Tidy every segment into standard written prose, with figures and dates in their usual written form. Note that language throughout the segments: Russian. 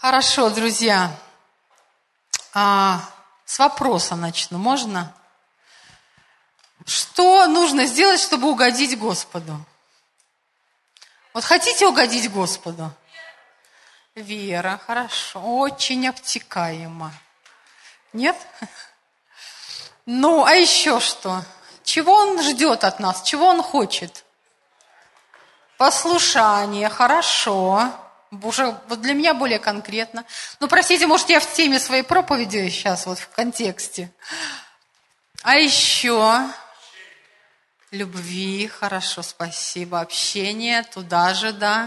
Хорошо, друзья. С вопроса начну, можно? Что нужно сделать, чтобы угодить Господу? Вот хотите угодить Господу? Вера, хорошо, очень обтекаемо. Нет? Ну, а еще что? Чего Он ждет от нас? Чего Он хочет? Послушание, хорошо. Уже вот для меня более конкретно. Ну, простите, может, я в теме своей проповеди сейчас, вот в контексте. А еще любви, хорошо, спасибо. Общение, туда же, да.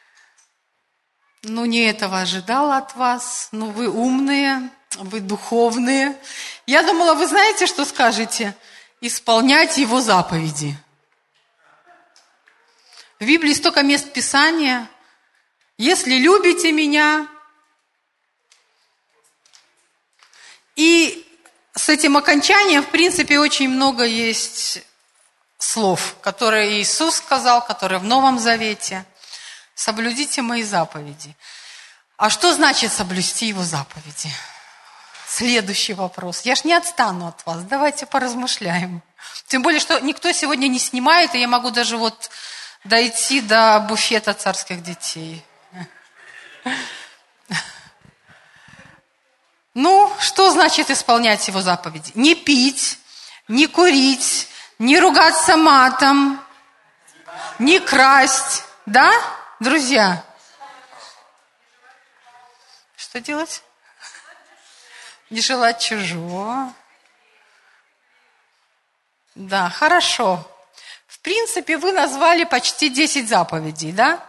Ну, не этого ожидала от вас. Ну, вы умные, вы духовные. Я думала, вы знаете, что скажете? Исполнять Его заповеди. В Библии столько мест Писания. Если любите меня. И с этим окончанием, в принципе, очень много есть слов, которые Иисус сказал, которые в Новом Завете. Соблюдите мои заповеди. А что значит соблюсти Его заповеди? Следующий вопрос. Я ж не отстану от вас. Давайте поразмышляем. Тем более, что никто сегодня не снимает, и я могу даже вот дойти до буфета царских детей. Ну, что значит исполнять Его заповеди? Не пить, не курить, не ругаться матом, не красть. Да, друзья? Что делать? Не желать чужого. Да, хорошо. В принципе, вы назвали почти 10 заповедей, да?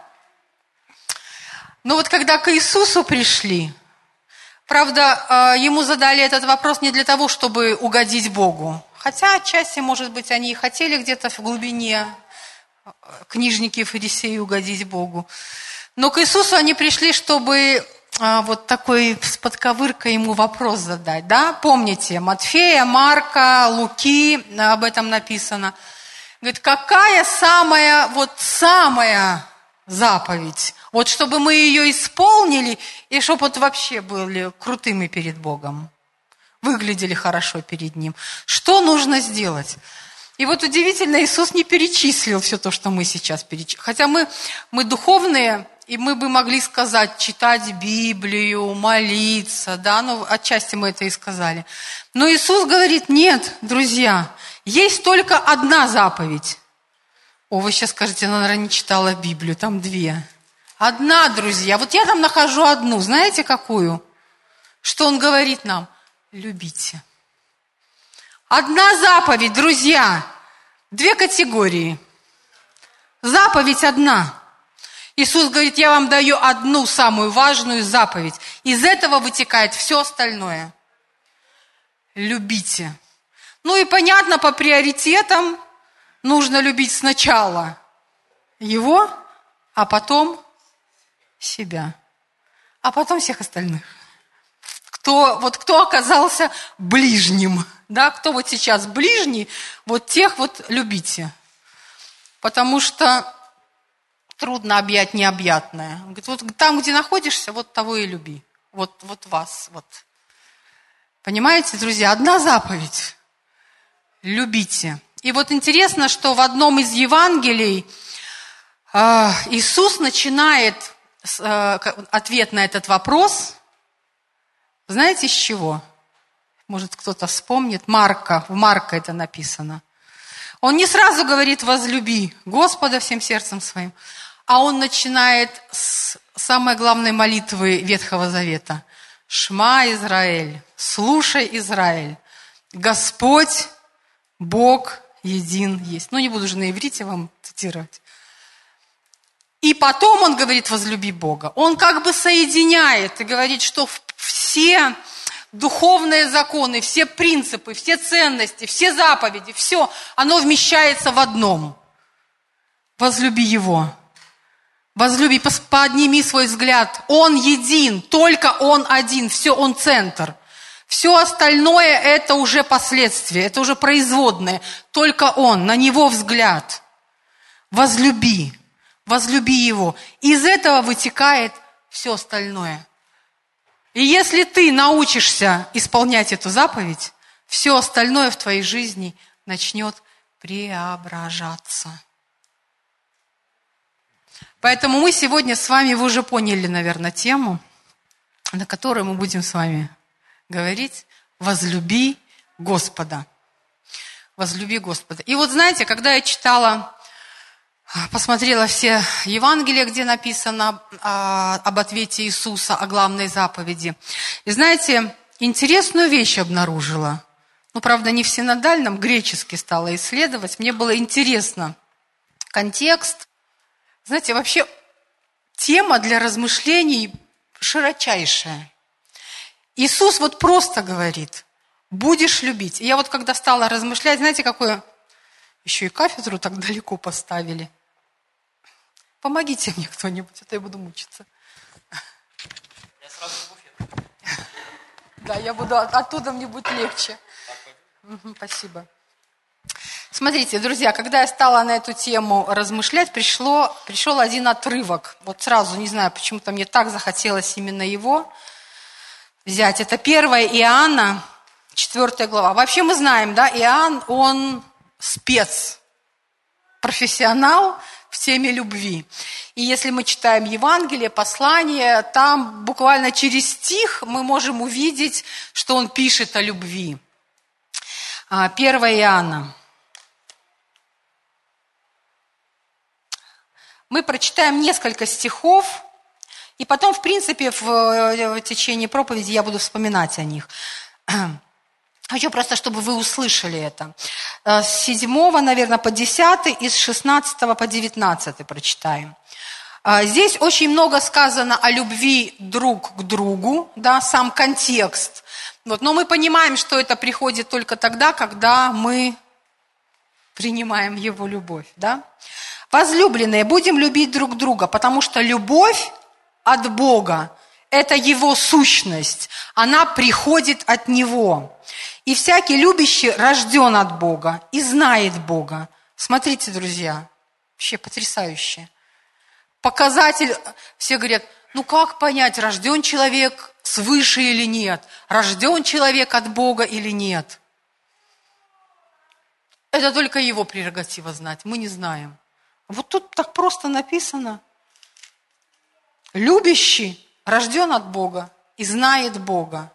Но вот когда к Иисусу пришли, правда, Ему задали этот вопрос не для того, чтобы угодить Богу. Хотя отчасти, может быть, они и хотели где-то в глубине, книжники и фарисеи, угодить Богу. Но к Иисусу они пришли, чтобы вот такой с подковыркой Ему вопрос задать. Да? Помните, Матфея, Марка, Луки, об этом написано. Говорит, какая самая заповедь? Вот чтобы мы ее исполнили, и чтобы вот вообще были крутыми перед Богом. Выглядели хорошо перед Ним. Что нужно сделать? И вот удивительно, Иисус не перечислил все то, что мы сейчас перечислили. Хотя мы духовные, и мы бы могли сказать, читать Библию, молиться, да, ну, отчасти мы это и сказали. Но Иисус говорит, нет, друзья, есть только одна заповедь. О, вы сейчас скажете, она, наверное, не читала Библию, там 2. Одна, друзья. Вот я там нахожу одну. Знаете, какую? Что Он говорит нам? Любите. Одна заповедь, друзья. 2 категории. Заповедь одна. Иисус говорит, я вам даю одну самую важную заповедь. Из этого вытекает все остальное. Любите. Ну и понятно, по приоритетам нужно любить сначала Его, а потом себя, а потом всех остальных. Кто оказался ближним, да, кто вот сейчас ближний, вот тех вот любите. Потому что трудно объять необъятное. Он говорит, вот там, где находишься, вот того и люби. Вот вас, вот. Понимаете, друзья, одна заповедь. Любите. И вот интересно, что в одном из Евангелий Иисус начинает ответ на этот вопрос. Знаете, с чего? Может, кто-то вспомнит. В Марка это написано. Он не сразу говорит «возлюби Господа всем сердцем своим», а он начинает с самой главной молитвы Ветхого Завета. «Шма Израиль, слушай, Израиль, Господь, Бог един есть». Ну, не буду же на иврите вам цитировать. И потом он говорит «возлюби Бога». Он как бы соединяет и говорит, что все духовные законы, все принципы, все ценности, все заповеди, все, оно вмещается в одном. Возлюби Его. Возлюби, подними свой взгляд. Он един, только Он один, все, Он центр. Все остальное это уже последствия, это уже производное. Только Он, на Него взгляд. Возлюби Его. Из этого вытекает все остальное. И если ты научишься исполнять эту заповедь, все остальное в твоей жизни начнет преображаться. Поэтому мы сегодня с вами, вы уже поняли, наверное, тему, на которой мы будем с вами говорить: «Возлюби Господа». Возлюби Господа. И вот знаете, когда я читала, посмотрела все Евангелия, где написано об ответе Иисуса, о главной заповеди, и знаете, интересную вещь обнаружила. Ну, правда, не в синодальном, греческий стала исследовать. Мне было интересно контекст. Знаете, вообще тема для размышлений широчайшая. Иисус вот просто говорит: будешь любить. И я вот когда стала размышлять, знаете, какое... Еще и кафедру так далеко поставили. Помогите мне кто-нибудь, а то я буду мучиться. Я сразу в буфет. Да, я буду, оттуда мне будет легче. Спасибо. Смотрите, друзья, когда я стала на эту тему размышлять, пришел один отрывок. Вот сразу, не знаю, почему-то мне так захотелось именно его взять. Это 1 Иоанна, 4 глава. Вообще мы знаем, да, Иоанн, он спец, профессионал в теме любви. И если мы читаем Евангелие, послание, там буквально через стих мы можем увидеть, что он пишет о любви. 1 Иоанна. Мы прочитаем несколько стихов, и потом, в принципе, в течение проповеди я буду вспоминать о них. Хочу просто, чтобы вы услышали это. С 7, наверное, по 10, и с 16 по 19 прочитаем. Здесь очень много сказано о любви друг к другу, да, сам контекст. Вот, но мы понимаем, что это приходит только тогда, когда мы принимаем Его любовь. Да? Возлюбленные, будем любить друг друга, потому что любовь от Бога – это Его сущность, она приходит от Него. И всякий любящий рожден от Бога и знает Бога. Смотрите, друзья, вообще потрясающе. Показатель, все говорят, ну как понять, рожден человек свыше или нет? Рожден человек от Бога или нет? Это только его прерогатива знать, мы не знаем. Вот тут так просто написано. Любящий рожден от Бога и знает Бога.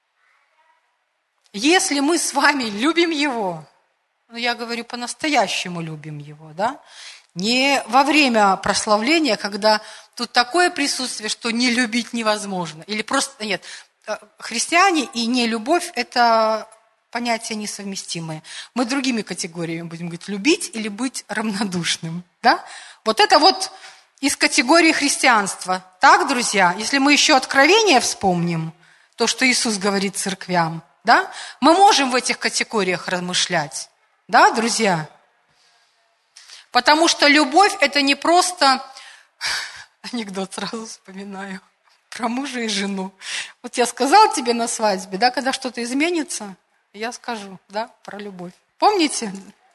Если мы с вами любим Его, ну я говорю, по-настоящему любим Его, да? Не во время прославления, когда тут такое присутствие, что не любить невозможно. Или просто, нет, христиане и нелюбовь – это понятия несовместимые. Мы другими категориями будем говорить, любить или быть равнодушным, да? Вот это вот из категории христианства. Так, друзья, если мы еще Откровение вспомним, то, что Иисус говорит церквям, да, мы можем в этих категориях размышлять, да, друзья? Потому что любовь – это не просто… Анекдот сразу вспоминаю про мужа и жену. Вот я сказал тебе на свадьбе, да, когда что-то изменится, я скажу, да, про любовь. Помните?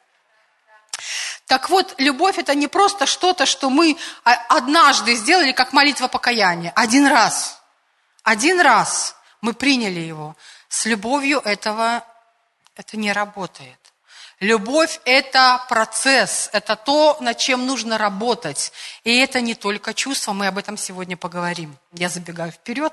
Так вот, любовь – это не просто что-то, что мы однажды сделали, как молитва покаяния. Один раз мы приняли его. С любовью это не работает. Любовь – это процесс, это то, над чем нужно работать. И это не только чувство, мы об этом сегодня поговорим. Я забегаю вперед.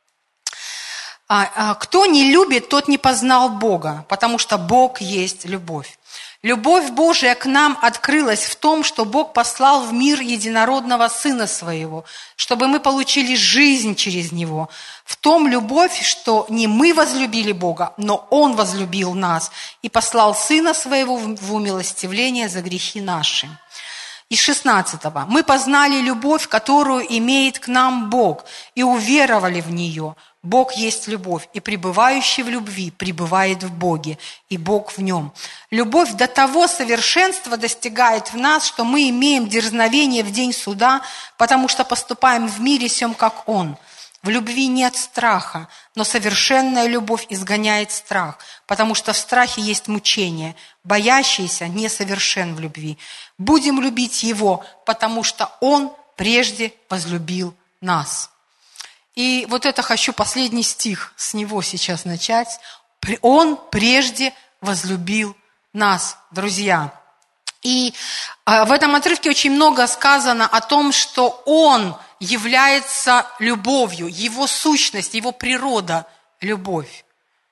Кто не любит, тот не познал Бога, потому что Бог есть любовь. Любовь Божия к нам открылась в том, что Бог послал в мир единородного Сына Своего, чтобы мы получили жизнь через Него. В том любовь, что не мы возлюбили Бога, но Он возлюбил нас и послал Сына Своего в умилостивление за грехи наши. Из 16. Мы познали любовь, которую имеет к нам Бог, и уверовали в нее. Бог есть любовь, и пребывающий в любви пребывает в Боге, и Бог в нем. Любовь до того совершенства достигает в нас, что мы имеем дерзновение в день суда, потому что поступаем в мире сем, как Он. В любви нет страха, но совершенная любовь изгоняет страх, потому что в страхе есть мучение. Боящийся несовершен в любви. Будем любить Его, потому что Он прежде возлюбил нас. И вот это хочу последний стих с него сейчас начать. Он прежде возлюбил нас, друзья. И в этом отрывке очень много сказано о том, что Он является любовью, Его сущность, Его природа – любовь.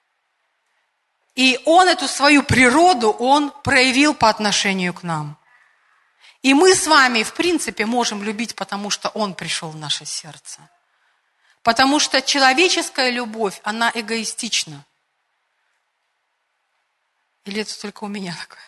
И Он эту свою природу, Он проявил по отношению к нам. И мы с вами, в принципе, можем любить, потому что Он пришел в наше сердце. Потому что человеческая любовь, она эгоистична. Или это только у меня такое?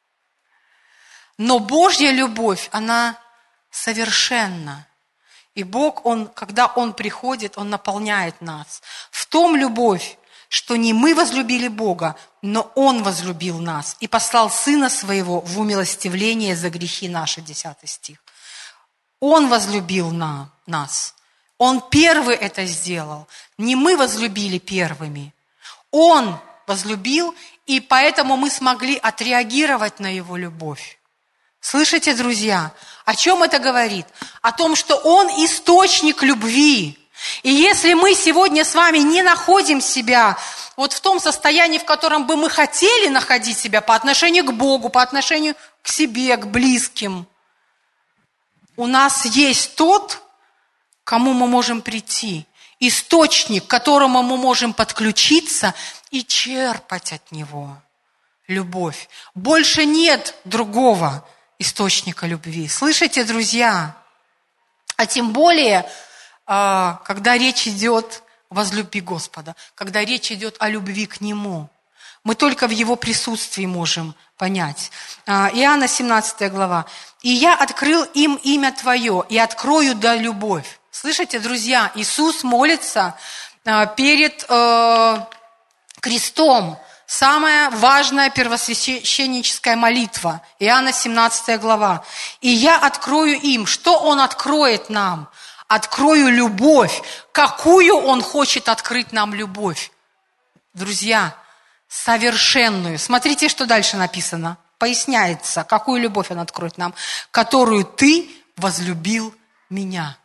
Но Божья любовь, она совершенна. И Бог, когда Он приходит, Он наполняет нас. В том любовь, что не мы возлюбили Бога, но Он возлюбил нас и послал Сына Своего в умилостивление за грехи наши, 10 стих. Он возлюбил нас. Он первый это сделал. Не мы возлюбили первыми. Он возлюбил, и поэтому мы смогли отреагировать на Его любовь. Слышите, друзья, о чем это говорит? О том, что Он источник любви. И если мы сегодня с вами не находим себя вот в том состоянии, в котором бы мы хотели находить себя по отношению к Богу, по отношению к себе, к близким, у нас есть тот, к кому мы можем прийти, источник, к которому мы можем подключиться и черпать от него любовь. Больше нет другого источника любви. Слышите, друзья? А тем более, когда речь идет возлюби Господа, когда речь идет о любви к Нему. Мы только в Его присутствии можем понять. Иоанна 17 глава. «И я открыл им имя Твое, и открою да любовь». Слышите, друзья, Иисус молится перед крестом. Самая важная первосвященническая молитва. Иоанна 17 глава. «И я открою им». Что Он откроет нам? Открою любовь. Какую Он хочет открыть нам любовь? Друзья, совершенную. Смотрите, что дальше написано. Поясняется, какую любовь Он откроет нам. «Которую Ты возлюбил Меня».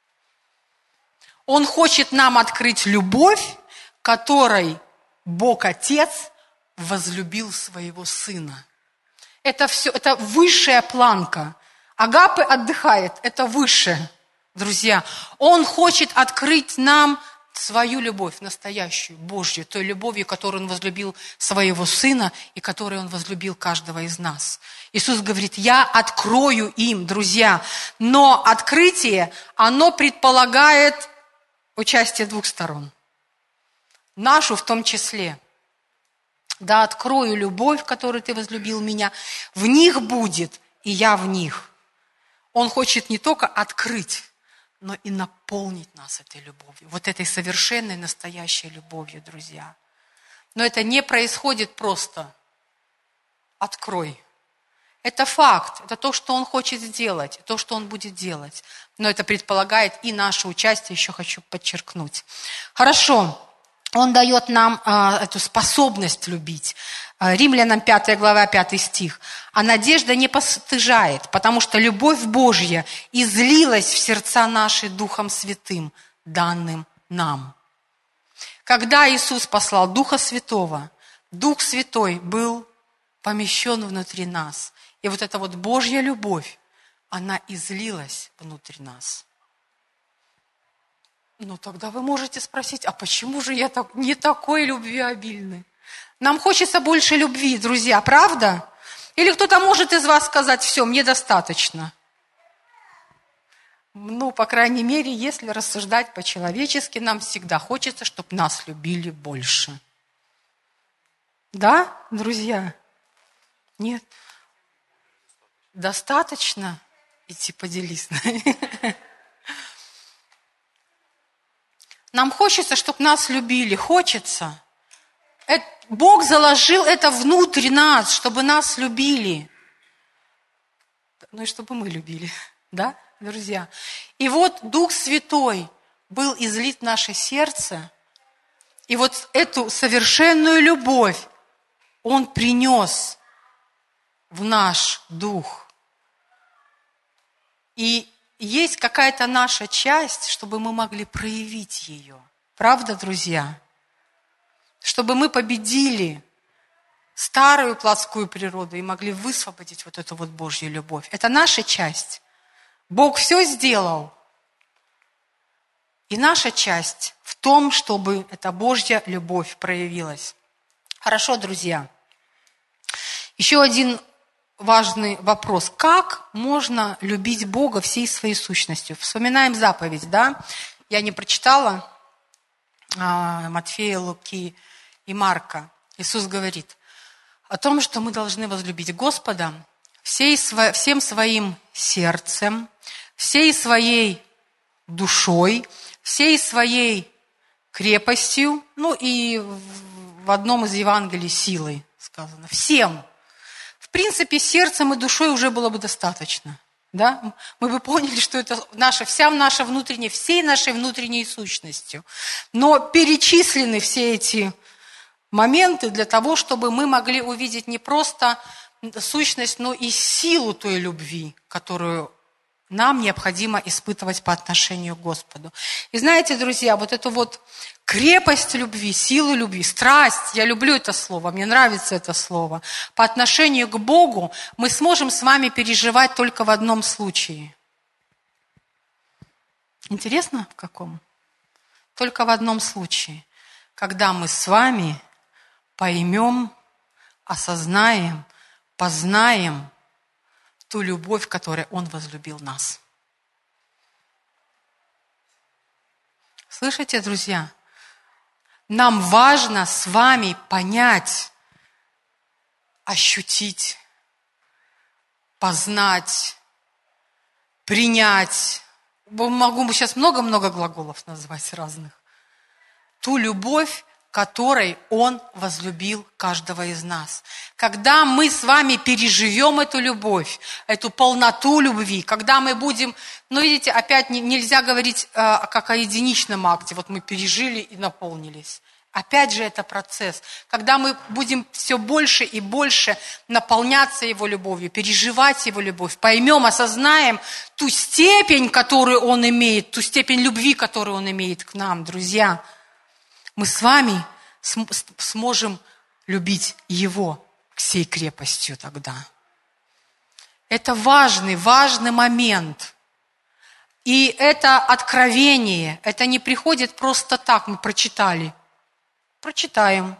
Он хочет нам открыть любовь, которой Бог Отец возлюбил Своего Сына. Это все, это высшая планка. Агапе отдыхает, это выше, друзья. Он хочет открыть нам свою любовь, настоящую, Божью, той любовью, которую Он возлюбил Своего Сына и которой Он возлюбил каждого из нас. Иисус говорит, я открою им, друзья. Но открытие, оно предполагает участие двух сторон. Нашу в том числе. Да, открою любовь, которую Ты возлюбил Меня. В них будет, и я в них. Он хочет не только открыть, но и наполнить нас этой любовью. Вот этой совершенной, настоящей любовью, друзья. Но это не происходит просто. Открой. Это факт. Это то, что Он хочет сделать. То, что Он будет делать. Но это предполагает и наше участие, еще хочу подчеркнуть. Хорошо. Он дает нам эту способность любить. Римлянам 5 глава, 5 стих. «А надежда не постыжает, потому что любовь Божья излилась в сердца наши Духом Святым, данным нам». Когда Иисус послал Духа Святого, Дух Святой был помещен внутри нас. И вот эта вот Божья любовь, она излилась внутри нас. Ну, тогда вы можете спросить, а почему же я не такой любвеобильный? Нам хочется больше любви, друзья, правда? Или кто-то может из вас сказать, все, мне достаточно? Ну, по крайней мере, если рассуждать по-человечески, нам всегда хочется, чтобы нас любили больше. Да, друзья? Нет? Достаточно? Иди поделись. Нам хочется, чтобы нас любили. Хочется. Бог заложил это внутрь нас, чтобы нас любили. Ну и чтобы мы любили. Да, друзья? И вот Дух Святой был излит в наше сердце. И вот эту совершенную любовь Он принес в наш дух. И есть какая-то наша часть, чтобы мы могли проявить ее. Правда, друзья? Чтобы мы победили старую плотскую природу и могли высвободить вот эту вот Божью любовь. Это наша часть. Бог все сделал. И наша часть в том, чтобы эта Божья любовь проявилась. Хорошо, друзья. Еще один важный вопрос. Как можно любить Бога всей своей сущностью? Вспоминаем заповедь, да? Я не прочитала Матфея, Луки и Марка. Иисус говорит о том, что мы должны возлюбить Господа всем своим сердцем, всей своей душой, всей своей крепостью, и в одном из Евангелий силой сказано. Всем. В принципе, сердцем и душой уже было бы достаточно. Да? Мы бы поняли, что это вся наша внутренняя, всей нашей внутренней сущностью. Но перечислены все эти моменты для того, чтобы мы могли увидеть не просто сущность, но и силу той любви, которую нам необходимо испытывать по отношению к Господу. И знаете, друзья, вот эту вот крепость любви, силу любви, страсть, я люблю это слово, мне нравится это слово, по отношению к Богу мы сможем с вами переживать только в одном случае. Интересно, в каком? Только в одном случае. Когда мы с вами поймем, осознаем, познаем ту любовь, которой Он возлюбил нас. Слышите, друзья? Нам важно с вами понять, ощутить, познать, принять. Могу сейчас много-много глаголов назвать разных. Ту любовь, которой Он возлюбил каждого из нас. Когда мы с вами переживем эту любовь, эту полноту любви, когда мы будем, видите, опять нельзя говорить как о единичном акте, вот мы пережили и наполнились. Опять же это процесс, когда мы будем все больше и больше наполняться Его любовью, переживать Его любовь, поймем, осознаем ту степень, которую Он имеет, ту степень любви, которую Он имеет к нам, друзья. Мы с вами сможем любить Его всей крепостью тогда. Это важный момент. И это откровение, это не приходит просто так, мы прочитали. Прочитаем.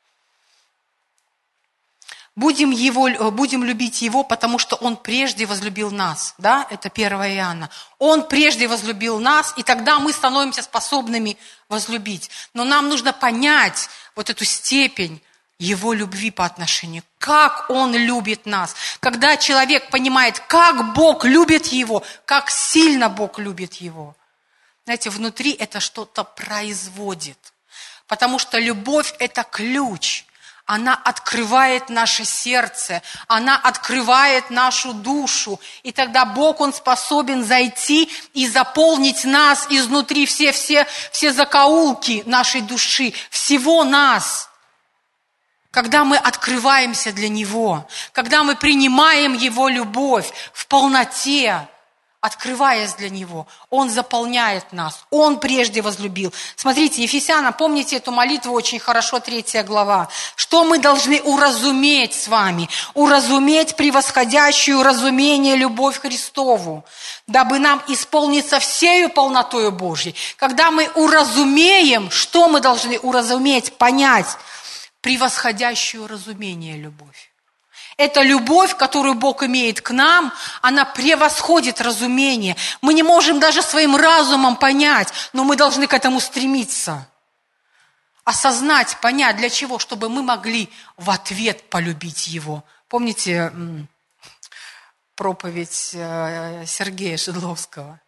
Будем любить Его, потому что Он прежде возлюбил нас. Да? Это 1 Иоанна. Он прежде возлюбил нас, и тогда мы становимся способными возлюбить. Но нам нужно понять вот эту степень Его любви по отношению. Как Он любит нас. Когда человек понимает, как Бог любит его, как сильно Бог любит его. Знаете, внутри это что-то производит. Потому что любовь – это ключ. Она открывает наше сердце, она открывает нашу душу. И тогда Бог, Он способен зайти и заполнить нас изнутри, все закоулки нашей души, всего нас. Когда мы открываемся для Него, когда мы принимаем Его любовь в полноте, открываясь для Него, Он заполняет нас. Он прежде возлюбил. Смотрите, Ефесянам, помните эту молитву очень хорошо, 3 глава. Что мы должны уразуметь с вами? Уразуметь превосходящую разумение любовь Христову, дабы нам исполниться всею полнотою Божьей. Когда мы уразумеем, что мы должны уразуметь, понять? Превосходящую разумение любовь. Эта любовь, которую Бог имеет к нам, она превосходит разумение. Мы не можем даже своим разумом понять, но мы должны к этому стремиться. Осознать, понять, для чего? Чтобы мы могли в ответ полюбить Его. Помните проповедь Сергея Шедловского?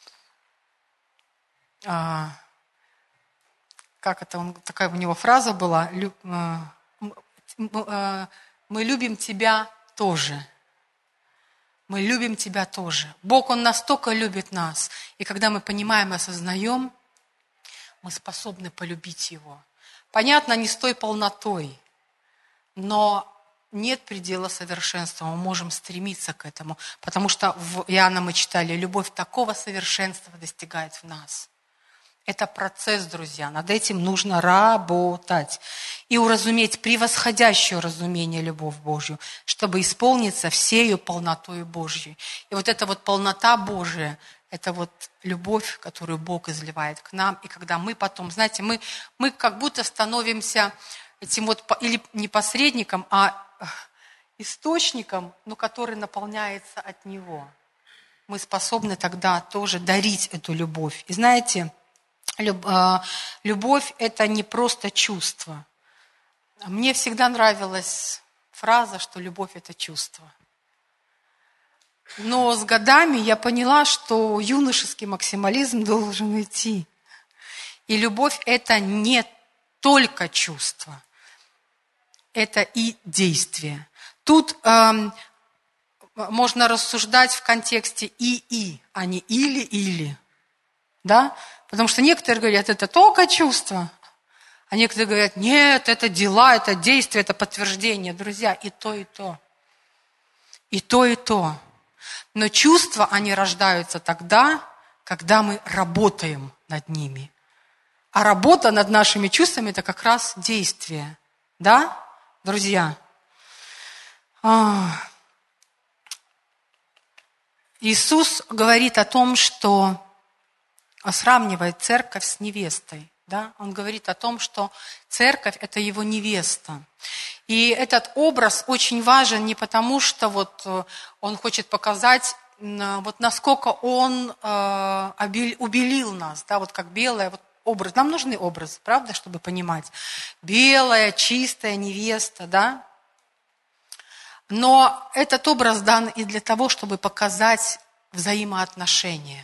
Как это, такая у него фраза была? Мы любим Тебя тоже. Мы любим Тебя тоже. Бог, Он настолько любит нас. И когда мы понимаем и осознаем, мы способны полюбить Его. Понятно, не с той полнотой, но нет предела совершенства, мы можем стремиться к этому, потому что в Иоанна мы читали, любовь такого совершенства достигает в нас. Это процесс, друзья, над этим нужно работать и уразуметь превосходящее разумение любовь Божью, чтобы исполниться всею полнотою Божьей. И вот эта вот полнота Божия, это вот любовь, которую Бог изливает к нам, и когда мы потом, знаете, мы как будто становимся этим вот, или не посредником, а источником, но который наполняется от Него. Мы способны тогда тоже дарить эту любовь. И знаете, любовь – это не просто чувство. Мне всегда нравилась фраза, что любовь – это чувство. Но с годами я поняла, что юношеский максимализм должен уйти. И любовь – это не только чувство. Это и действие. Тут можно рассуждать в контексте и, а не или. Да? Потому что некоторые говорят, это только чувство. А некоторые говорят, нет, это дела, это действие, это подтверждение. Друзья, и то, и то. И то, и то. Но чувства, они рождаются тогда, когда мы работаем над ними. А работа над нашими чувствами – это как раз действие. Да? Друзья, Иисус говорит о том, что сравнивает церковь с невестой. Да? Он говорит о том, что церковь – это его невеста. И этот образ очень важен не потому, что вот он хочет показать, вот насколько он убелил нас, да? Вот как белая вот образ. Нам нужны образы, правда, чтобы понимать. Белая, чистая невеста, да? Но этот образ дан и для того, чтобы показать взаимоотношения.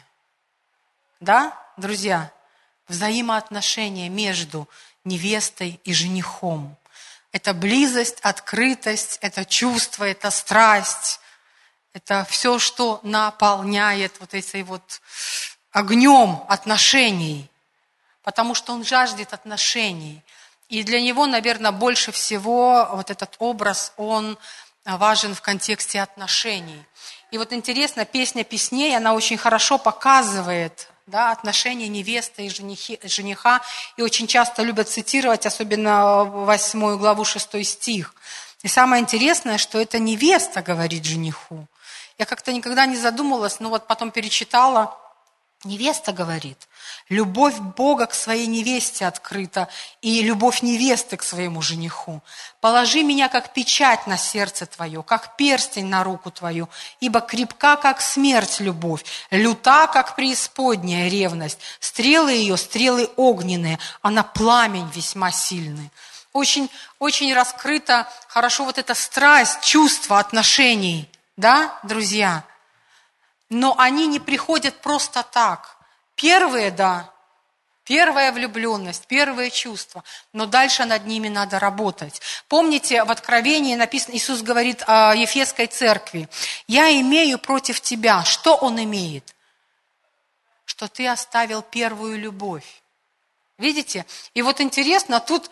Да, друзья? Взаимоотношения между невестой и женихом. Это близость, открытость, это чувство, это страсть. Это все, что наполняет вот этой вот огнем отношений. Потому что он жаждет отношений. И для него, наверное, больше всего вот этот образ, он важен в контексте отношений. И вот интересно, песня песней, она очень хорошо показывает, да, отношения невесты и жениха. И очень часто любят цитировать, особенно 8 главу 6 стих. И самое интересное, что это невеста говорит жениху. Я как-то никогда не задумывалась, но вот потом перечитала. Невеста говорит, любовь Бога к своей невесте открыта, и любовь невесты к своему жениху. Положи меня, как печать на сердце твое, как перстень на руку твою, ибо крепка, как смерть, любовь, люта, как преисподняя ревность. Стрелы ее, стрелы огненные, она пламень весьма сильный. Очень, очень раскрыта хорошо вот эта страсть, чувство отношений, да, друзья? Но они не приходят просто так. Первые, да, первая влюбленность, первые чувства, но дальше над ними надо работать. Помните, в Откровении написано, Иисус говорит о Ефесской церкви. «Я имею против тебя». Что Он имеет? Что ты оставил первую любовь. Видите? И вот интересно, тут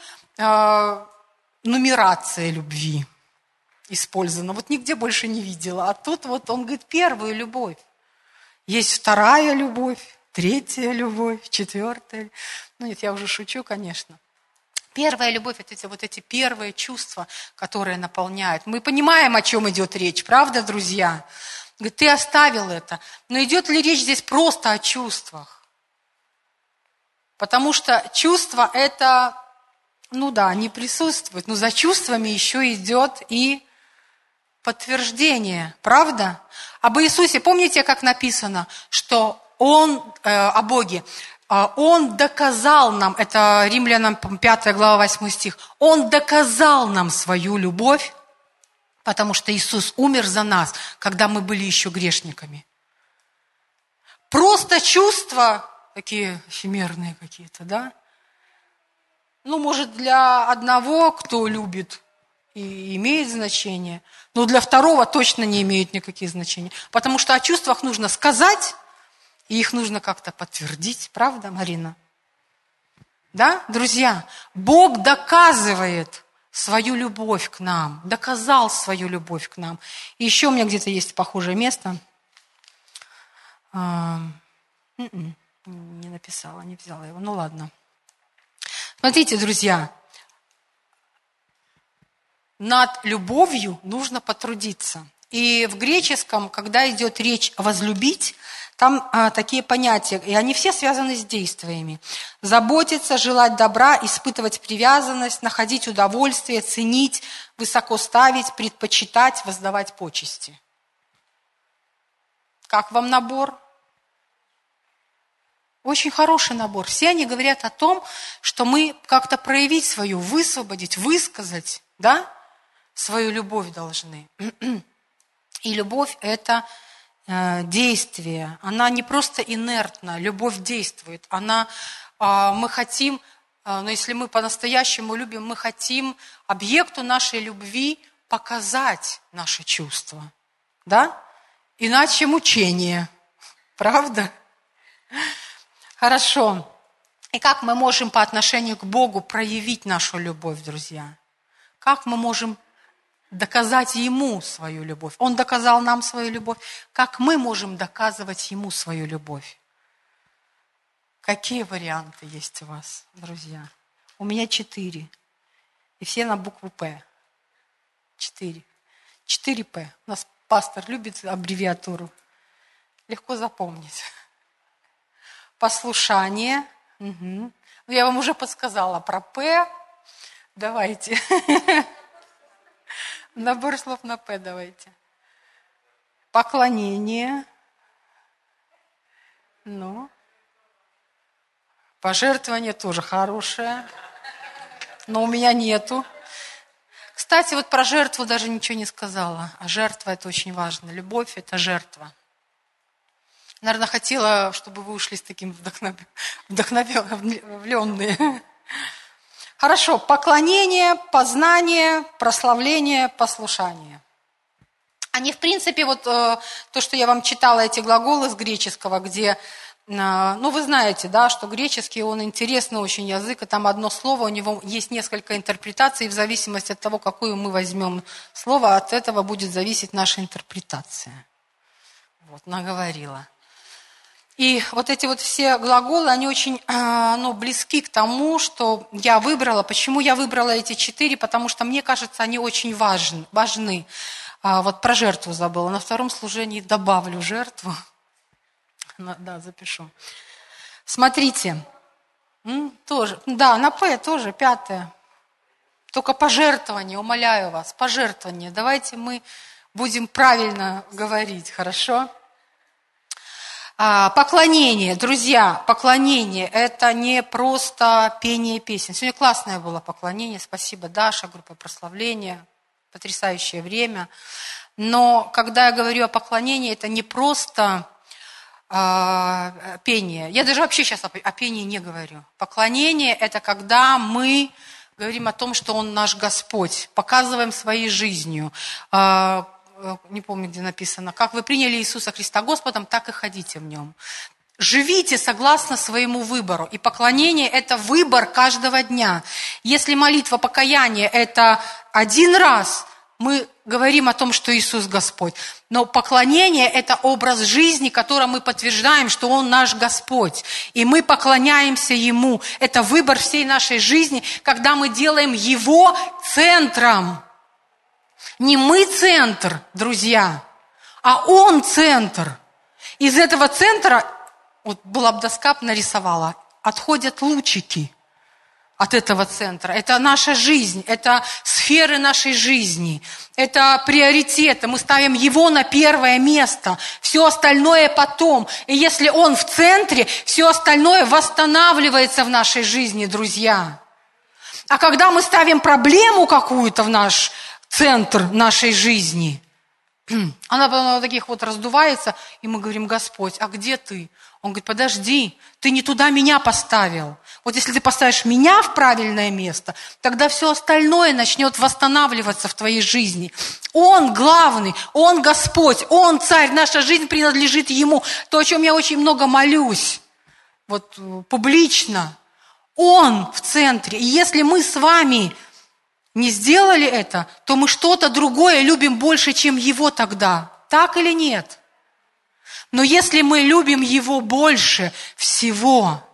нумерация любви использована. Вот нигде больше не видела. А тут вот он говорит, первую любовь. Есть вторая любовь, третья любовь, четвертая. Ну нет, я уже шучу, конечно. Первая любовь – это вот эти первые чувства, которые наполняют. Мы понимаем, о чем идет речь, правда, друзья? Говорит, ты оставил это. Но идет ли речь здесь просто о чувствах? Потому что чувства – это, ну да, они присутствуют, но за чувствами еще идет и подтверждение, правда? Об Иисусе, помните, как написано, что Он, о Боге, Он доказал нам, это Римлянам 5 глава 8 стих, Он доказал нам свою любовь, потому что Иисус умер за нас, когда мы были еще грешниками. Просто чувства, такие эфемерные какие-то, да? Ну, может, для одного, кто любит, и имеет значение, но для второго точно не имеют никаких значений. Потому что о чувствах нужно сказать, и их нужно как-то подтвердить. Правда, Марина? Да, друзья? Бог доказывает свою любовь к нам, доказал свою любовь к нам. И еще у меня где-то есть похожее место. Не написала, не взяла его. Ну ладно. Смотрите, друзья, над любовью нужно потрудиться. И в греческом, когда идет речь «возлюбить», там такие понятия, и они все связаны с действиями. Заботиться, желать добра, испытывать привязанность, находить удовольствие, ценить, высоко ставить, предпочитать, воздавать почести. Как вам набор? Очень хороший набор. Все они говорят о том, что мы как-то проявить свою, высвободить, высказать, да, свою любовь должны. И любовь – это действие. Она не просто инертна, любовь действует. Мы хотим, но если мы по-настоящему любим, мы хотим объекту нашей любви показать наши чувства. Да? Иначе мучение. Правда? Хорошо. И как мы можем по отношению к Богу проявить нашу любовь, друзья? Как мы можем доказать Ему свою любовь? Он доказал нам свою любовь. Как мы можем доказывать Ему свою любовь? Какие варианты есть у вас, друзья? У меня 4. И все на букву «П». 4. 4П. У нас пастор любит аббревиатуру. Легко запомнить. Послушание. Угу. Я вам уже подсказала про «П». Давайте. Набор слов на «П» давайте. Поклонение. Ну. Пожертвование тоже хорошее. Но у меня нету. Кстати, вот про жертву даже ничего не сказала. А жертва – это очень важно. Любовь – это жертва. Наверное, хотела, чтобы вы ушли с таким вдохновленные. Хорошо, поклонение, познание, прославление, послушание. Они, в принципе, вот то, что я вам читала, эти глаголы с греческого, где, ну, вы знаете, да, что греческий, он интересный очень язык, и там одно слово, у него есть несколько интерпретаций, и в зависимости от того, какую мы возьмем слово, от этого будет зависеть наша интерпретация. Вот, наговорила. И вот эти вот все глаголы, они очень близки к тому, что я выбрала. Почему я выбрала эти 4? Потому что, мне кажется, они очень важны. Вот про жертву забыла. На втором служении добавлю жертву. Да, запишу. Смотрите. Тоже. Да, на «П» тоже, 5. Только пожертвование, умоляю вас, пожертвование. Давайте мы будем правильно говорить, хорошо? Поклонение, друзья, поклонение – это не просто пение песен. Сегодня классное было поклонение, спасибо, Даша, группа прославления, потрясающее время. Но когда я говорю о поклонении, это не просто пение. Я даже вообще сейчас о пении не говорю. Поклонение – это когда мы говорим о том, что Он наш Господь, показываем своей жизнью. Не помню, где написано, как вы приняли Иисуса Христа Господом, так и ходите в Нем. Живите согласно своему выбору. И поклонение – это выбор каждого дня. Если молитва покаяния – это один раз, мы говорим о том, что Иисус Господь. Но поклонение – это образ жизни, которым мы подтверждаем, что Он наш Господь. И мы поклоняемся Ему. Это выбор всей нашей жизни, когда мы делаем Его центром. Не мы центр, друзья, а Он центр. Из этого центра, вот Булабдаскап нарисовала, отходят лучики от этого центра. Это наша жизнь, это сферы нашей жизни, это приоритеты. Мы ставим Его на первое место, все остальное потом. И если Он в центре, все остальное восстанавливается в нашей жизни, друзья. А когда мы ставим проблему какую-то в наш центр нашей жизни, она вот таких вот раздувается, и мы говорим: Господь, а где Ты? Он говорит: подожди, ты не туда меня поставил. Вот если ты поставишь меня в правильное место, тогда все остальное начнет восстанавливаться в твоей жизни. Он главный, Он Господь, Он Царь, наша жизнь принадлежит Ему. То, о чем я очень много молюсь, вот публично, Он в центре. И если мы с вами не сделали это, то мы что-то другое любим больше, чем Его тогда. Так или нет? Но если мы любим Его больше всего,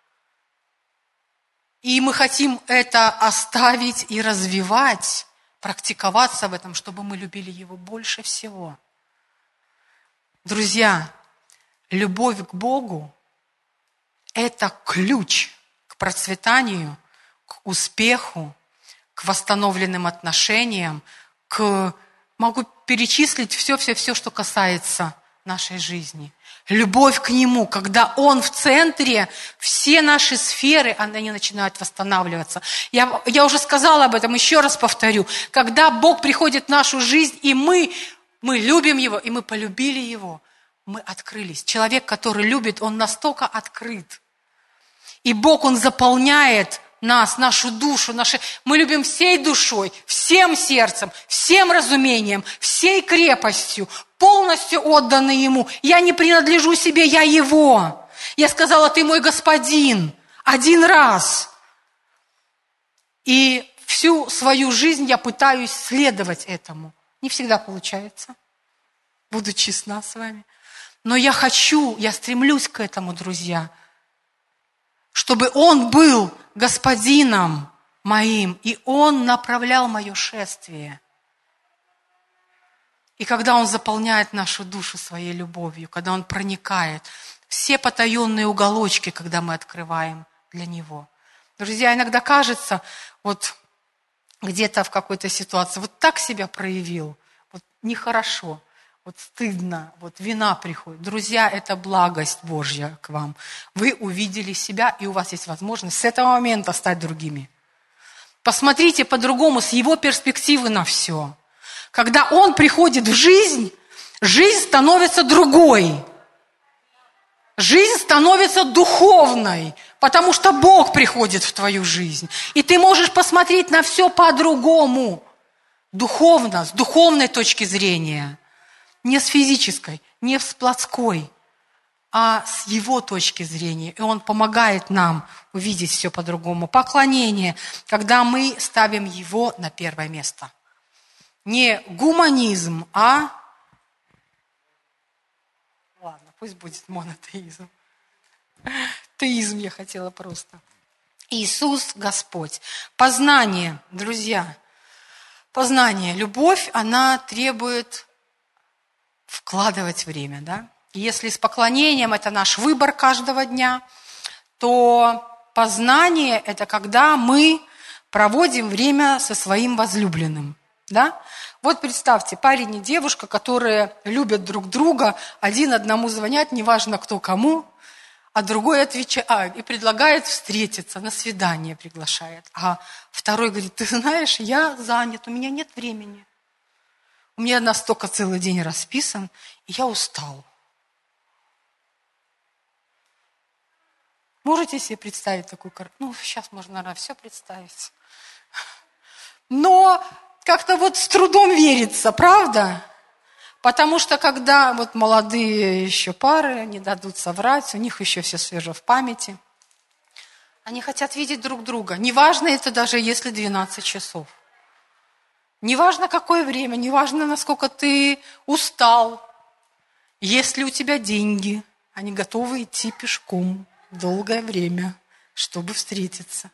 и мы хотим это оставить и развивать, практиковаться в этом, чтобы мы любили Его больше всего. Друзья, любовь к Богу – это ключ к процветанию, к успеху, к восстановленным отношениям, могу перечислить все, что касается нашей жизни. Любовь к Нему, когда Он в центре, все наши сферы, они начинают восстанавливаться. Я уже сказала об этом, еще раз повторю. Когда Бог приходит в нашу жизнь, и мы любим Его, и мы полюбили Его, мы открылись. Человек, который любит, он настолько открыт. И Бог, Он заполняет нас, нашу душу, мы любим всей душой, всем сердцем, всем разумением, всей крепостью, полностью отданы Ему. Я не принадлежу себе, я Его. Я сказала, Ты мой Господин, один раз. И всю свою жизнь я пытаюсь следовать этому. Не всегда получается, буду честна с вами. Но я стремлюсь к этому, друзья, чтобы Он был Господином моим, и Он направлял мое шествие. И когда Он заполняет нашу душу своей любовью, когда Он проникает, все потаенные уголочки, когда мы открываем для Него. Друзья, иногда кажется, вот где-то в какой-то ситуации, вот так себя проявил, вот нехорошо, вот стыдно, вот вина приходит. Друзья, это благость Божья к вам. Вы увидели себя, и у вас есть возможность с этого момента стать другими. Посмотрите по-другому, с Его перспективы на все. Когда Он приходит в жизнь, жизнь становится другой. Жизнь становится духовной, потому что Бог приходит в твою жизнь. И ты можешь посмотреть на все по-другому. Духовно, с духовной точки зрения. Не с физической, не с плотской, а с Его точки зрения. И Он помогает нам увидеть все по-другому. Поклонение, когда мы ставим Его на первое место. Не гуманизм, а... Ладно, пусть будет монотеизм. Теизм я хотела просто. Иисус Господь. Познание, друзья. Познание. Любовь, она требует вкладывать время, да? И если с поклонением это наш выбор каждого дня, то познание – это когда мы проводим время со своим возлюбленным, да? Вот представьте, парень и девушка, которые любят друг друга, один одному звонят, неважно кто кому, а другой отвечает и предлагает встретиться, на свидание приглашает. А второй говорит, ты знаешь, я занят, у меня нет времени. У меня настолько целый день расписан, и я устал. Можете себе представить такую картину? Ну, сейчас можно, наверное, все представить. Но как-то вот с трудом верится, правда? Потому что когда вот молодые еще пары не дадут соврать, у них еще все свежо в памяти, они хотят видеть друг друга. Неважно это даже если 12 часов. Неважно, какое время, неважно, насколько ты устал. Есть ли у тебя деньги, они готовы идти пешком долгое время, чтобы встретиться.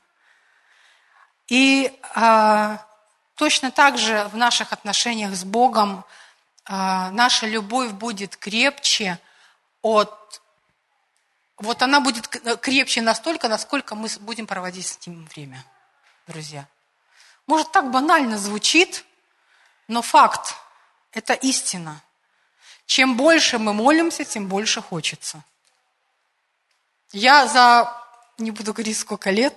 И точно так же в наших отношениях с Богом наша любовь будет крепче вот она будет крепче настолько, насколько мы будем проводить с Ним время, друзья. Может, так банально звучит, но факт – это истина. Чем больше мы молимся, тем больше хочется. Я не буду говорить, сколько лет,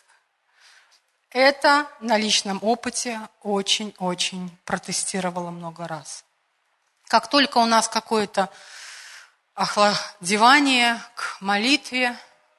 это на личном опыте очень-очень протестировала много раз. Как только у нас какое-то охладевание к молитве,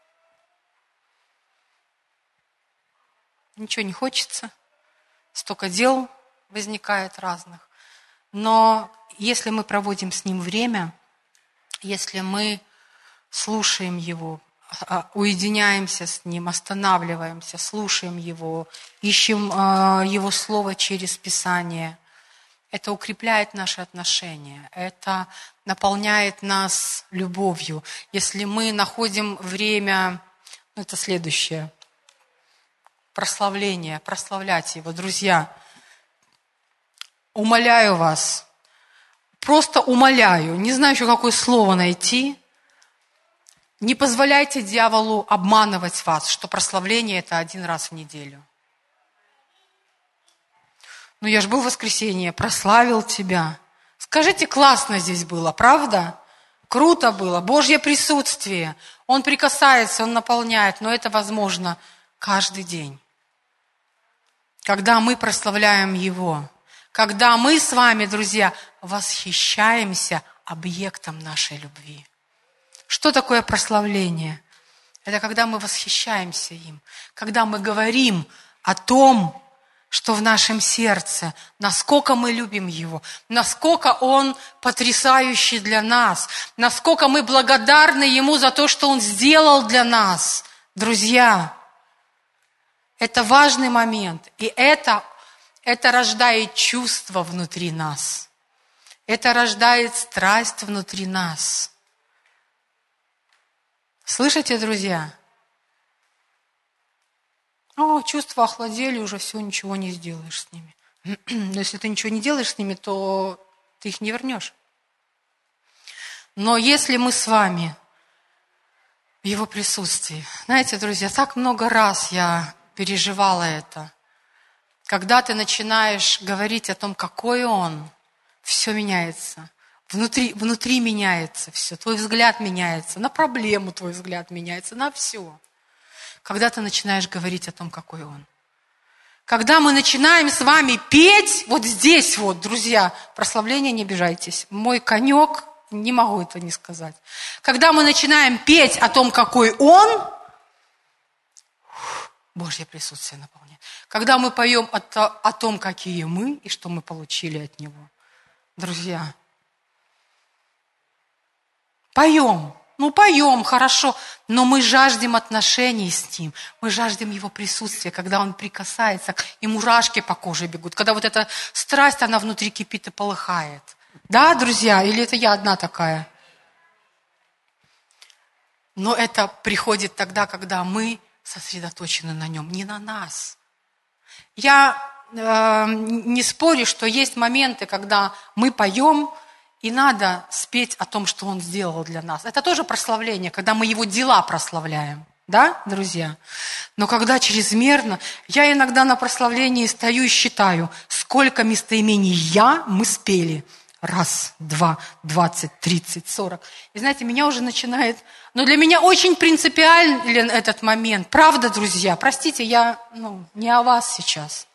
ничего не хочется, столько дел возникает разных. Но если мы проводим с Ним время, если мы слушаем Его, уединяемся с Ним, останавливаемся, слушаем Его, ищем Его Слово через Писание. Это укрепляет наши отношения, это наполняет нас любовью. Если мы находим время, это следующее, прославление, прославлять Его. Друзья, умоляю вас, просто умоляю, не знаю еще какое слово найти, не позволяйте дьяволу обманывать вас, что прославление – это 1 раз в неделю. Ну, я же был в воскресенье, прославил тебя. Скажите, классно здесь было, правда? Круто было, Божье присутствие. Он прикасается, Он наполняет, но это возможно каждый день. Когда мы прославляем Его, когда мы с вами, друзья, восхищаемся объектом нашей любви. Что такое прославление? Это когда мы восхищаемся им, когда мы говорим о том, что в нашем сердце, насколько мы любим Его, насколько Он потрясающий для нас, насколько мы благодарны Ему за то, что Он сделал для нас. Друзья, это важный момент, и это рождает чувство внутри нас. Это рождает страсть внутри нас. Слышите, друзья? Чувства охладели, уже все, ничего не сделаешь с ними. Но если ты ничего не делаешь с ними, то ты их не вернешь. Но если мы с вами в Его присутствии, знаете, друзья, так много раз я переживала это. Когда ты начинаешь говорить о том, какой Он, все меняется. Внутри меняется все. Твой взгляд меняется. На проблему твой взгляд меняется. На все. Когда ты начинаешь говорить о том, какой Он. Когда мы начинаем с вами петь, вот здесь вот, друзья, прославление, не обижайтесь. Мой конек, не могу это не сказать. Когда мы начинаем петь о том, какой Он, Божье присутствие наполняет. Когда мы поем о том, какие мы и что мы получили от Него. Друзья, поем. Поем, хорошо, но мы жаждем отношений с Ним, мы жаждем Его присутствия, когда Он прикасается, и мурашки по коже бегут, когда вот эта страсть, она внутри кипит и полыхает. Да, друзья, или это я одна такая? Но это приходит тогда, когда мы сосредоточены на Нем, не на нас. Я не спорю, что есть моменты, когда мы поем, и надо спеть о том, что Он сделал для нас. Это тоже прославление, когда мы Его дела прославляем. Да, друзья? Но когда чрезмерно, я иногда на прославлении стою и считаю, сколько местоимений мы спели. 1, 2, 20, 30, 40. И знаете, меня уже начинает... Но для меня очень принципиален этот момент. Правда, друзья? Простите, я не о вас сейчас.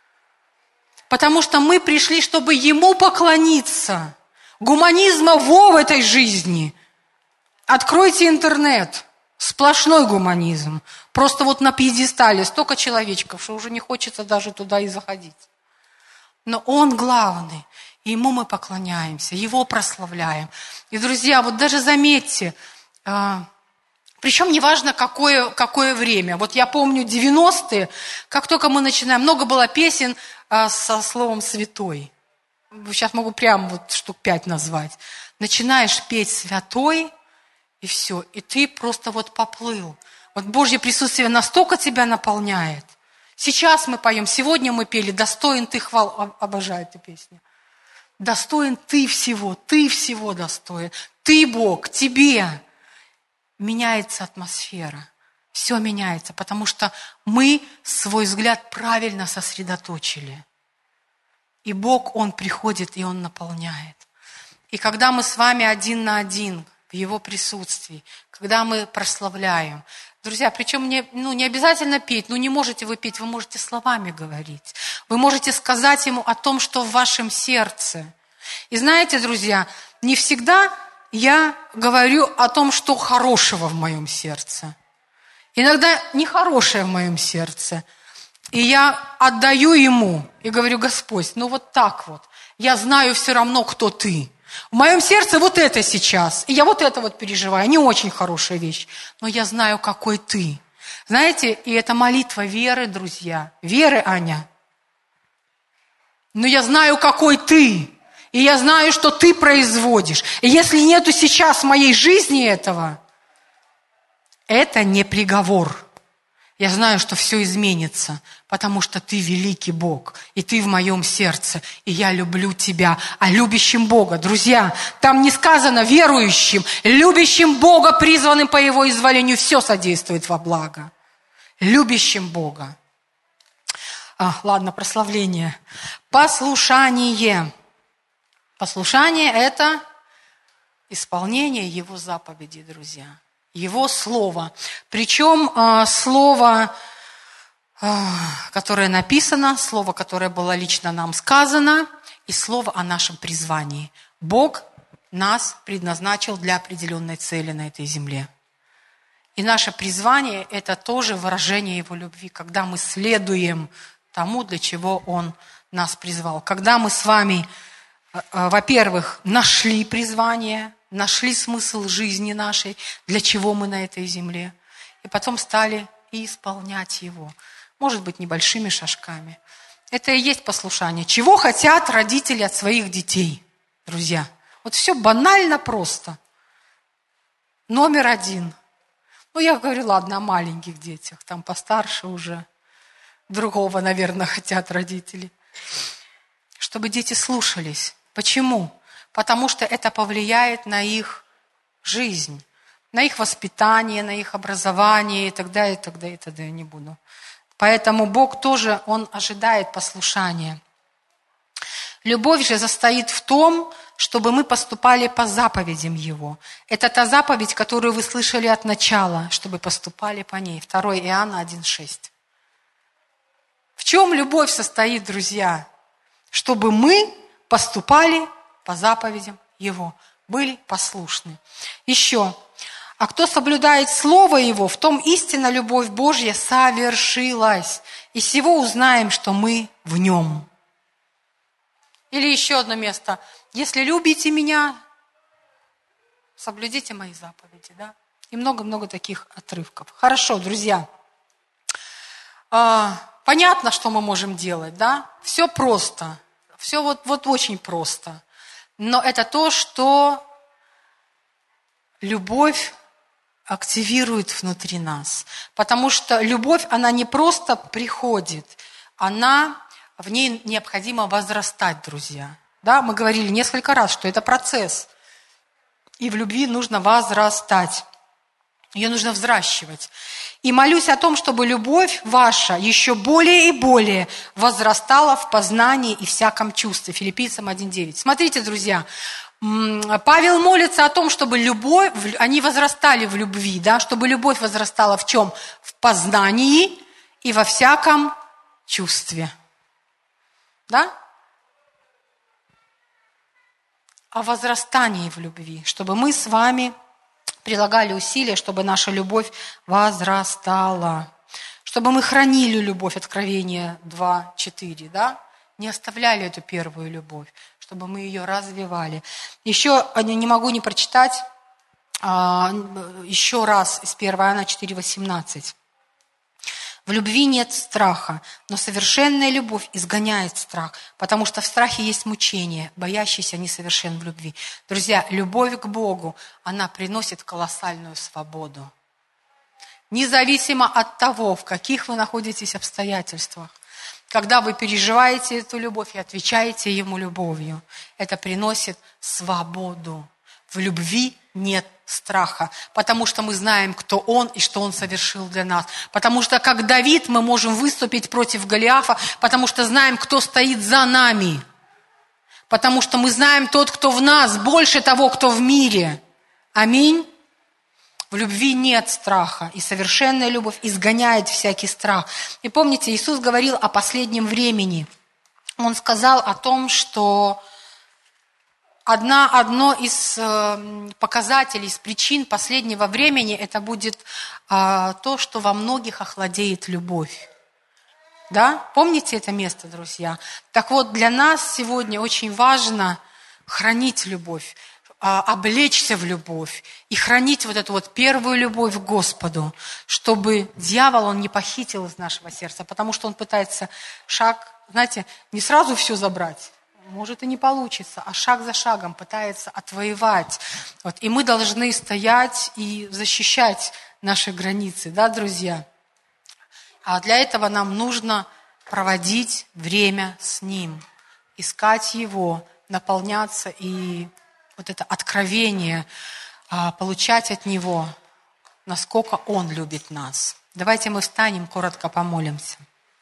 Потому что мы пришли, чтобы Ему поклониться. Гуманизма в этой жизни. Откройте интернет. Сплошной гуманизм. Просто вот на пьедестале столько человечков, что уже не хочется даже туда и заходить. Но Он главный. И Ему мы поклоняемся, Его прославляем. И, друзья, вот даже заметьте, причем неважно, какое время. Вот я помню 90-е, как только мы начинаем, много было песен со словом «святой». Сейчас могу прям вот штук 5 назвать. Начинаешь петь «святой», и все. И ты просто вот поплыл. Вот Божье присутствие настолько тебя наполняет. Сейчас мы поем, сегодня мы пели «Достоин ты хвал». Обожаю эту песню. Достоин ты всего достоин. Ты Бог, тебе. Меняется атмосфера. Все меняется, потому что мы свой взгляд правильно сосредоточили. И Бог, Он приходит, и Он наполняет. И когда мы с вами один на один в Его присутствии, когда мы прославляем, друзья, причем не обязательно петь, не можете вы петь, вы можете словами говорить. Вы можете сказать Ему о том, что в вашем сердце. И знаете, друзья, не всегда я говорю о том, что хорошего в моем сердце. Иногда нехорошее в моем сердце. И я отдаю Ему и говорю: Господь, вот так вот. Я знаю все равно, кто Ты. В моем сердце вот это сейчас. И я вот это вот переживаю. Не очень хорошая вещь. Но я знаю, какой ты. Знаете, и это молитва веры, друзья. Веры, Аня. Но я знаю, какой ты. И я знаю, что ты производишь. И если нету сейчас в моей жизни этого, это не приговор. Я знаю, что все изменится, потому что ты великий Бог, и ты в моем сердце, и я люблю тебя. А любящим Бога, друзья, там не сказано верующим, любящим Бога, призванным по Его изволению, все содействует во благо. Любящим Бога. Ладно, прославление. Послушание. Послушание – это исполнение Его заповедей, друзья. Его Слово. Причем Слово, которое написано, Слово, которое было лично нам сказано, и Слово о нашем призвании. Бог нас предназначил для определенной цели на этой земле. И наше призвание – это тоже выражение Его любви, когда мы следуем тому, для чего Он нас призвал. Когда мы с вами, во-первых, нашли призвание, нашли смысл жизни нашей, для чего мы на этой земле, и потом стали и исполнять его. Может быть, небольшими шажками. Это и есть послушание. Чего хотят родители от своих детей, друзья? Вот все банально просто. Номер один. Я говорю, ладно, о маленьких детях, там постарше уже. Другого, наверное, хотят родители. Чтобы дети слушались. Почему? Потому что это повлияет на их жизнь, на их воспитание, на их образование и так далее, и так далее, и так далее. Не буду. Поэтому Бог тоже, Он ожидает послушания. Любовь же состоит в том, чтобы мы поступали по заповедям Его. Это та заповедь, которую вы слышали от начала, чтобы поступали по ней. 2 Иоанна 1,6. В чем любовь состоит, друзья? Чтобы мы поступали по заповедям Его, были послушны. Еще. А кто соблюдает Слово Его, в том истинно любовь Божья совершилась. И сего узнаем, что мы в Нем. Или еще одно место. Если любите Меня, соблюдите Мои заповеди. Да? И много-много таких отрывков. Хорошо, друзья. Понятно, что мы можем делать, да? Все просто. Все вот очень просто. Но это то, что любовь активирует внутри нас. Потому что любовь, она не просто приходит, в ней необходимо возрастать, друзья. Да, мы говорили несколько раз, что это процесс. И в любви нужно возрастать. Ее нужно взращивать. И молюсь о том, чтобы любовь ваша еще более и более возрастала в познании и всяком чувстве. Филиппийцам 1:9. Смотрите, друзья, Павел молится о том, чтобы они возрастали в любви, да, чтобы любовь возрастала в чем? В познании и во всяком чувстве. Да? О возрастании в любви, чтобы мы с вами прилагали усилия, чтобы наша любовь возрастала. Чтобы мы хранили любовь, Откровение 2:4, да? Не оставляли эту первую любовь, чтобы мы ее развивали. Еще не могу не прочитать еще раз из 1 Иоанна 4:18. В любви нет страха, но совершенная любовь изгоняет страх, потому что в страхе есть мучение, боящийся несовершен в любви. Друзья, любовь к Богу, она приносит колоссальную свободу. Независимо от того, в каких вы находитесь обстоятельствах, когда вы переживаете эту любовь и отвечаете Ему любовью, это приносит свободу. В любви нет страха, потому что мы знаем, кто Он и что Он совершил для нас. Потому что, как Давид, мы можем выступить против Голиафа, потому что знаем, кто стоит за нами. Потому что мы знаем тот, кто в нас, больше того, кто в мире. Аминь. В любви нет страха, и совершенная любовь изгоняет всякий страх. И помните, Иисус говорил о последнем времени. Он сказал о том, что одно из показателей, из причин последнего времени, это будет то, что во многих охладеет любовь. Да? Помните это место, друзья? Так вот, для нас сегодня очень важно хранить любовь, облечься в любовь и хранить вот эту вот первую любовь к Господу, чтобы дьявол, он не похитил из нашего сердца, потому что он пытается шаг, знаете, не сразу все забрать, может и не получится, а шаг за шагом пытается отвоевать. Вот. И мы должны стоять и защищать наши границы, да, друзья? А для этого нам нужно проводить время с Ним, искать Его, наполняться и вот это откровение получать от Него, насколько Он любит нас. Давайте мы встанем, коротко помолимся.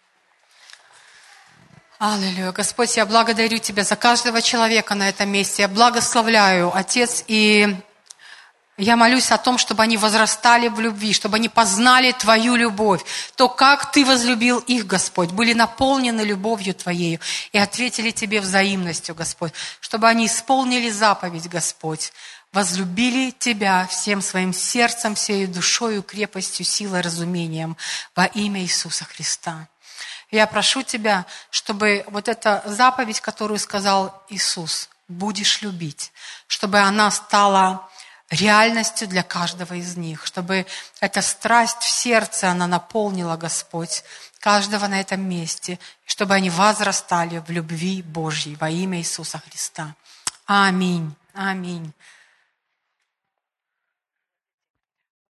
Аллилуйя. Господь, я благодарю Тебя за каждого человека на этом месте. Я благословляю, Отец, и я молюсь о том, чтобы они возрастали в любви, чтобы они познали Твою любовь. То, как Ты возлюбил их, Господь, были наполнены любовью Твоею и ответили Тебе взаимностью, Господь. Чтобы они исполнили заповедь, Господь, возлюбили Тебя всем своим сердцем, всей душою, крепостью, силой, разумением во имя Иисуса Христа. Я прошу Тебя, чтобы вот эта заповедь, которую сказал Иисус, будешь любить, чтобы она стала реальностью для каждого из них, чтобы эта страсть в сердце, она наполнила, Господь, каждого на этом месте, чтобы они возрастали в любви Божьей во имя Иисуса Христа. Аминь. Аминь.